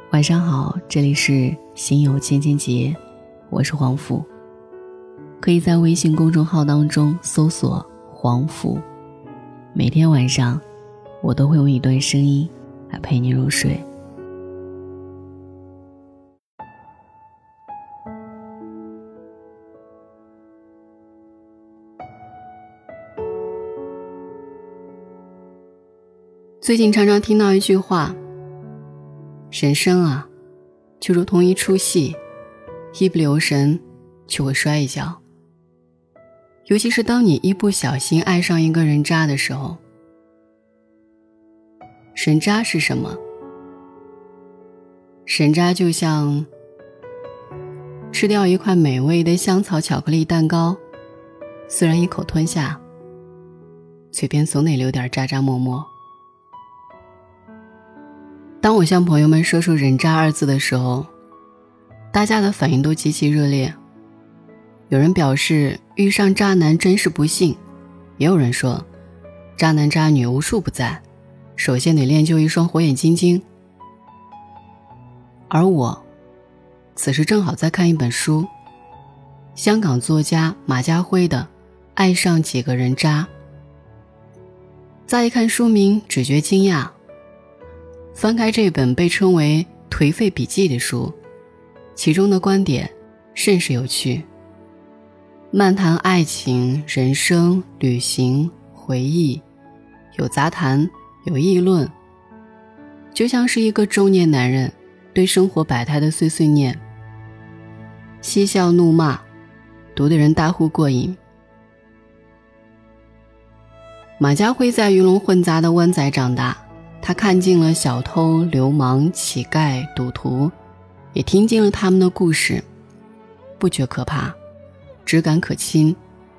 晚上好，这里是心有千千结，我是黄甫。可以在微信公众号当中搜索黄甫，每天晚上我都会用一段声音来陪你入睡。最近常常听到一句话，人生啊，就如同一出戏，一不留神就会摔一跤。尤其是当你一不小心爱上一个人渣的时候。人渣是什么？人渣就像吃掉一块美味的香草巧克力蛋糕，虽然一口吞下，嘴边总得留点渣渣沫沫。当我向朋友们说出人渣二字的时候，大家的反应都极其热烈。有人表示遇上渣男真是不幸，也有人说渣男渣女无处不在，首先得练就一双火眼金睛。而我此时正好在看一本书，香港作家马家辉的《爱上几个人渣》。再一看书名，只觉惊讶。翻开这本被称为颓废笔记的书，其中的观点甚是有趣，漫谈爱情、人生、旅行、回忆，有杂谈，有议论，就像是一个中年男人对生活百态的碎碎念，嬉笑怒骂，读的人大呼过瘾。马家辉在鱼龙混杂的湾仔长大，他看尽了小偷、流氓、乞丐、赌徒，也听尽了他们的故事，不觉可怕，只感可亲。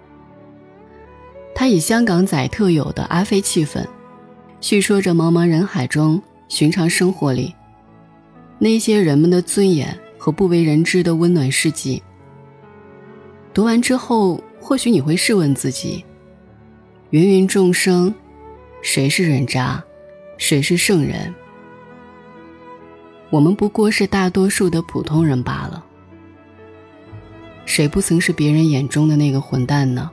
他以香港仔特有的阿飞气氛，叙说着茫茫人海中寻常生活里那些人们的尊严和不为人知的温暖事迹。读完之后，或许你会试问自己，芸芸众生，谁是人渣，谁是圣人？我们不过是大多数的普通人罢了。谁不曾是别人眼中的那个混蛋呢？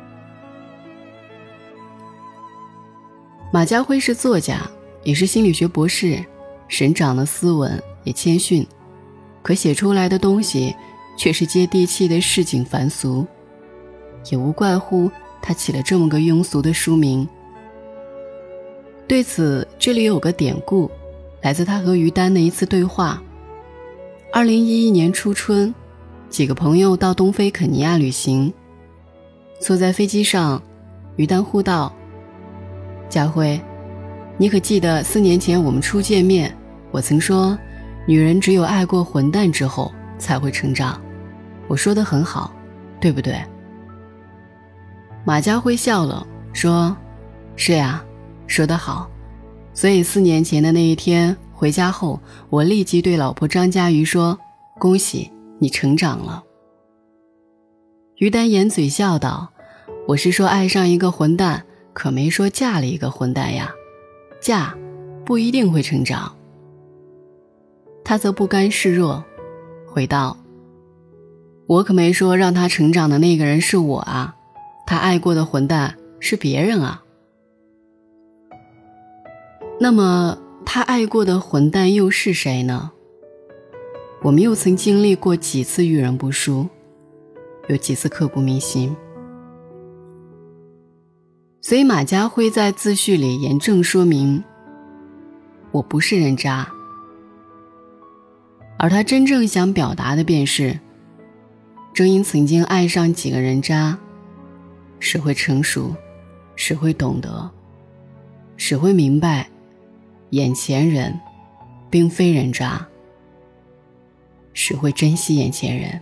马家辉是作家，也是心理学博士，人长得斯文也谦逊，可写出来的东西却是接地气的市井凡俗，也无怪乎他起了这么个庸俗的书名。对此，这里有个典故，来自他和于丹的一次对话。2011年初春，几个朋友到东非肯尼亚旅行，坐在飞机上，于丹呼道：家辉，你可记得4年前我们初见面，我曾说女人只有爱过混蛋之后才会成长，我说得很好，对不对？马家辉笑了，说：是呀，说得好。所以4年前的那一天回家后，我立即对老婆张佳瑜说：恭喜你成长了。于丹掩嘴笑道：我是说爱上一个混蛋，可没说嫁了一个混蛋呀，嫁不一定会成长。他则不甘示弱，回道：我可没说让他成长的那个人是我啊，他爱过的混蛋是别人啊。那么他爱过的混蛋又是谁呢？我们又曾经历过几次遇人不淑，有几次刻骨铭心。所以马家辉在自序里严正说明，我不是人渣，而他真正想表达的便是，正因曾经爱上几个人渣，使会成熟，使会懂得，使会明白眼前人并非人渣，使会珍惜眼前人。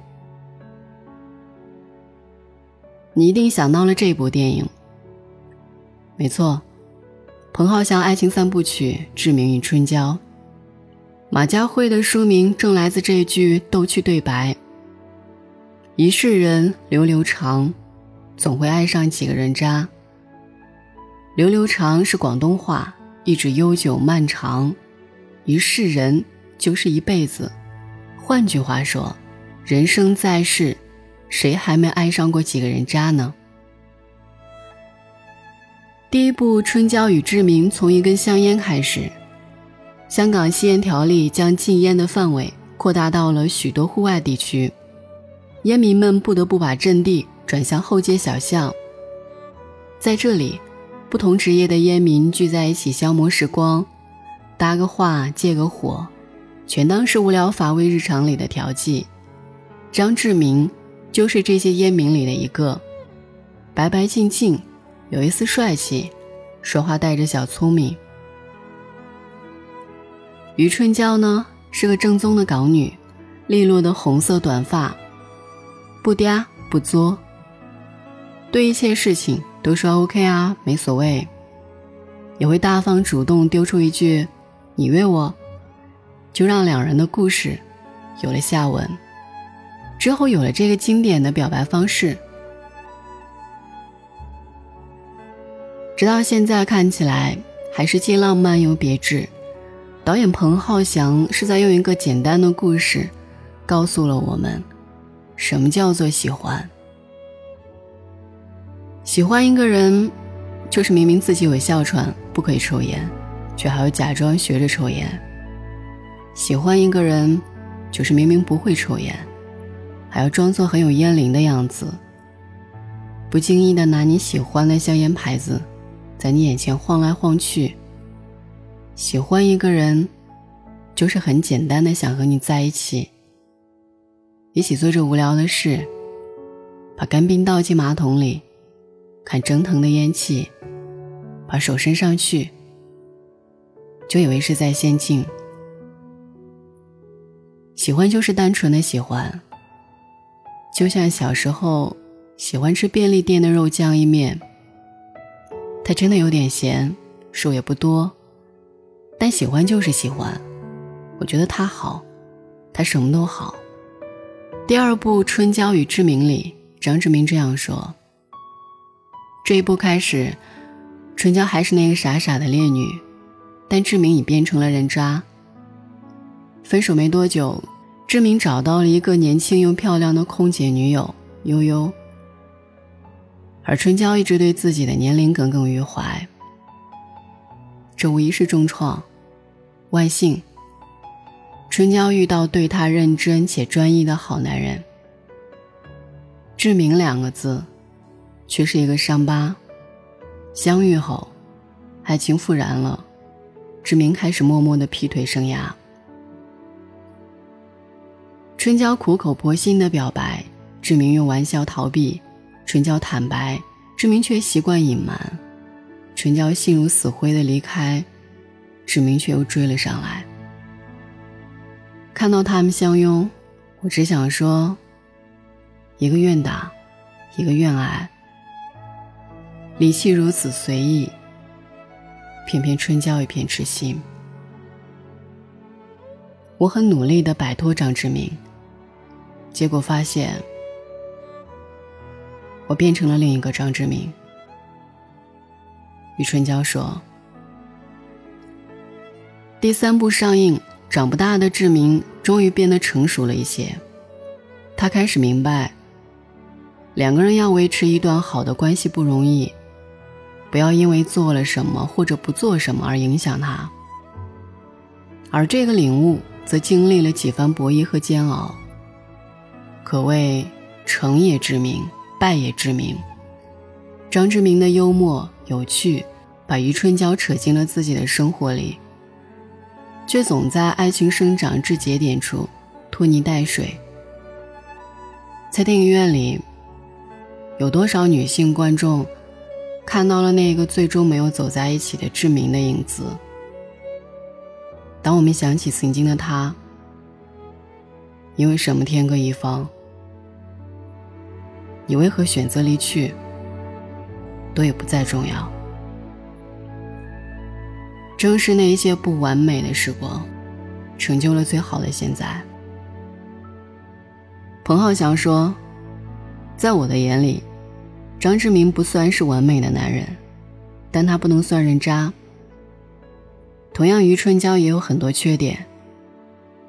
你一定想到了这部电影，没错，彭浩翔爱情3部曲《志明与春娇》，马家辉的书名正来自这句逗趣对白：一世人流流长，总会爱上几个人渣。流流长是广东话，意指悠久漫长，一世人就是一辈子。换句话说，人生在世，谁还没爱上过几个人渣呢？第一部《春娇与志明》从一根香烟开始，香港吸烟条例将禁烟的范围扩大到了许多户外地区，烟民们不得不把阵地转向后街小巷。在这里，不同职业的烟民聚在一起消磨时光，搭个话借个火，全当是无聊乏味日常里的调剂。张志明就是这些烟民里的一个，白白净净，有一丝帅气，说话带着小聪明。余春娇呢，是个正宗的港女，利落的红色短发，不嗲不作，对一切事情都说 OK 啊，没所谓，也会大方主动丢出一句你约我，就让两人的故事有了下文。之后有了这个经典的表白方式，直到现在看起来还是既浪漫又别致。导演彭浩翔是在用一个简单的故事告诉了我们什么叫做喜欢。喜欢一个人，就是明明自己有哮喘不可以抽烟，却还要假装学着抽烟。喜欢一个人，就是明明不会抽烟，还要装作很有烟龄的样子，不经意地拿你喜欢的香烟牌子在你眼前晃来晃去。喜欢一个人，就是很简单的想和你在一起，一起做着无聊的事，把干冰倒进马桶里，看蒸腾的烟气，把手伸上去，就以为是在仙境。喜欢就是单纯的喜欢，就像小时候喜欢吃便利店的肉酱意面，它真的有点咸，数也不多，但喜欢就是喜欢，我觉得他好，他什么都好。第二部《春娇与志明》里，张志明这样说：这一部开始，春娇还是那个傻傻的烈女，但志明已变成了人渣。分手没多久，志明找到了一个年轻又漂亮的空姐女友悠悠，而春娇一直对自己的年龄耿耿于怀。这无疑是重创。万幸，春娇遇到对她认真且专一的好男人。志明2个字却是一个伤疤。相遇后，爱情复燃了，志明开始默默的劈腿生涯。春娇苦口婆心的表白，志明用玩笑逃避；春娇坦白，志明却习惯隐瞒；春娇心如死灰的离开，志明却又追了上来。看到他们相拥，我只想说，一个愿打，一个愿挨，离弃如此随意，偏偏春娇一片痴心。我很努力地摆脱张志明，结果发现我变成了另一个张志明。与春娇说，第3部上映，长不大的志明终于变得成熟了一些。他开始明白，两个人要维持一段好的关系不容易，不要因为做了什么或者不做什么而影响他。而这个领悟则经历了几番博弈和煎熬，可谓成也志明，败也志明。张志明的幽默有趣把余春娇扯进了自己的生活里，却总在爱情生长至节点处拖泥带水。在电影院里，有多少女性观众看到了那个最终没有走在一起的志明的影子？当我们想起曾经的他，因为什么天各一方，你为何选择离去，都也不再重要。正是那一些不完美的时光，成就了最好的现在。彭浩翔说，在我的眼里，张志明不算是完美的男人，但他不能算人渣。同样，余春娇也有很多缺点，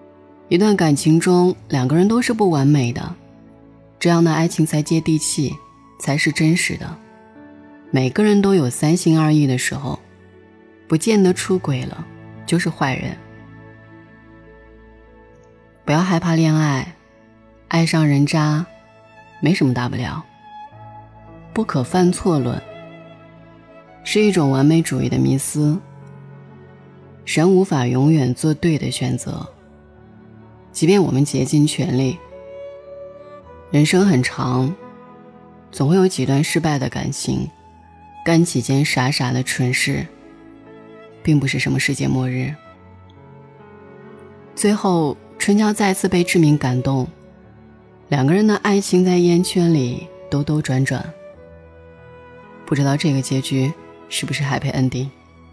一段感情中，两个人都是不完美的，这样的爱情才接地气，才是真实的。每个人都有三心二意的时候，不见得出轨了就是坏人。不要害怕恋爱，爱上人渣没什么大不了。不可犯错论是一种完美主义的迷思，人无法永远做对的选择，即便我们竭尽全力。人生很长，总会有几段失败的感情，干几件傻傻的蠢事，并不是什么世界末日。最后春娇再次被志明感动，两个人的爱情在烟圈里兜兜转转，不知道这个结局是不是 happy ending。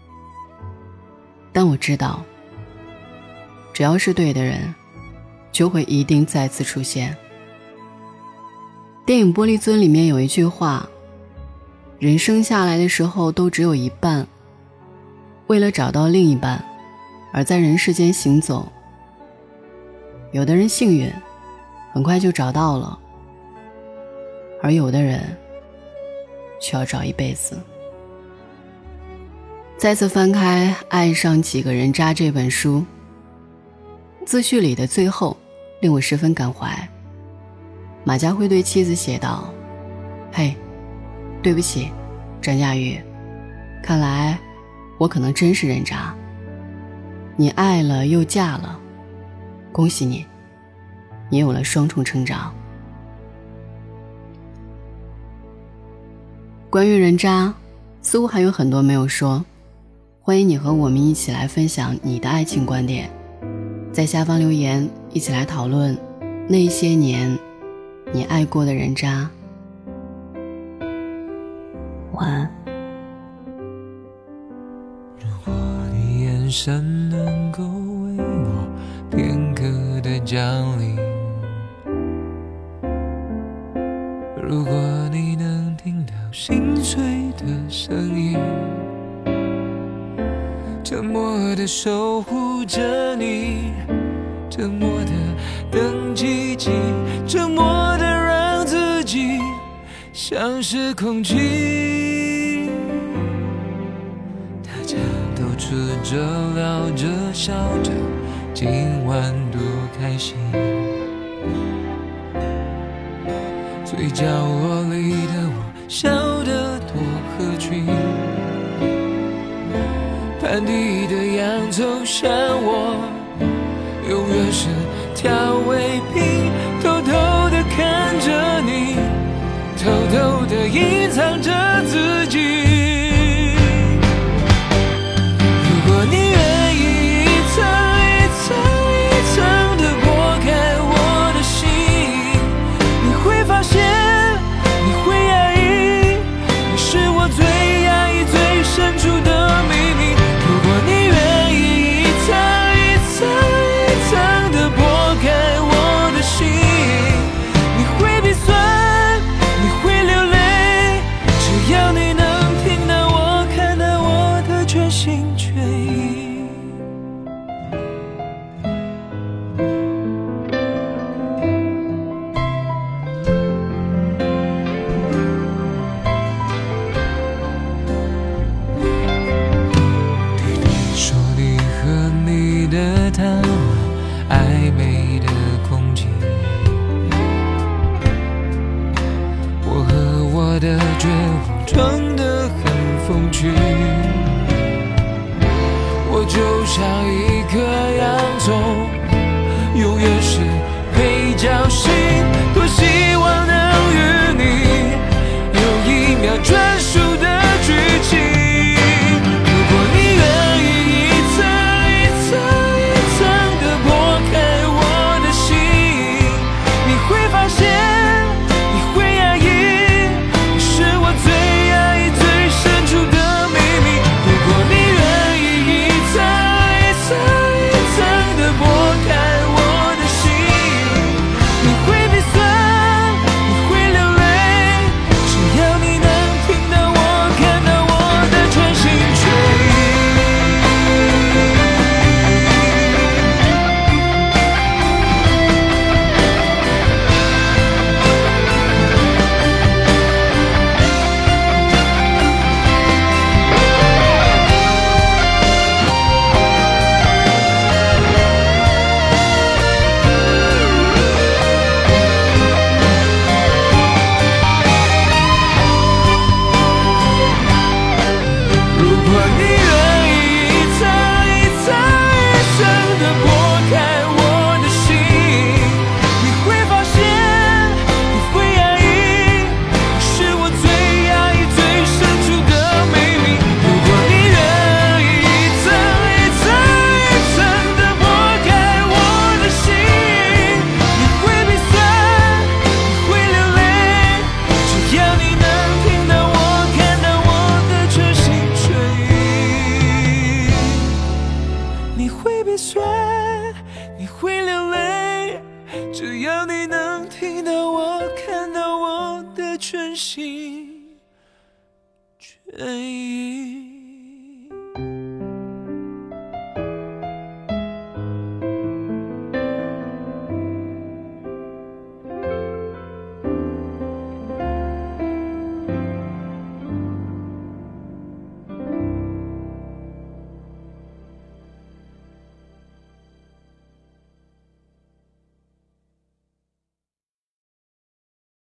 但我知道，只要是对的人，就会一定再次出现。电影《玻璃樽》里面有一句话，人生下来的时候都只有一半，为了找到另一半而在人世间行走。有的人幸运，很快就找到了，而有的人却要找一辈子。再次翻开《爱上几个人渣》这本书，自序里的最后令我十分感怀。马家辉对妻子写道：嘿，对不起张佳玉，看来我可能真是人渣，你爱了又嫁了，恭喜你，你有了双重成长。关于人渣，似乎还有很多没有说，欢迎你和我们一起来分享你的爱情观点，在下方留言，一起来讨论那些年你爱过的人渣。晚安。 如果你眼神能够为我片刻的降临，如果你能听到心碎的声音，沉默地守护着你，沉默地等奇迹，沉默地让自己像是空气。大家都吃着聊着笑着，今晚多开心，最角落里的我笑得多合群，盘底的洋葱像我永远是调味品，偷偷地看着你，偷偷地隐藏着自己。如果你愿意一层一层一层地剥开我的心，你会发现你会压抑，你是我最压抑最深处的秘密。如果你愿意一层一层一层地剥开我的心，你会鼻酸，你会流泪，只要你能听到我，看到我的全心全意。说你和你的他暧昧的空气，我和我的绝望装得很风趣，我就像一颗洋葱，永远是配角型，多希望能与你有一秒专属的剧情。如果你愿意一层一层一层地剥开我的心，你会发现你会压抑，你是我最压抑最深处的秘密。如果你愿意一层一层一你会流泪，只要你能听到我，看到我的全心全意。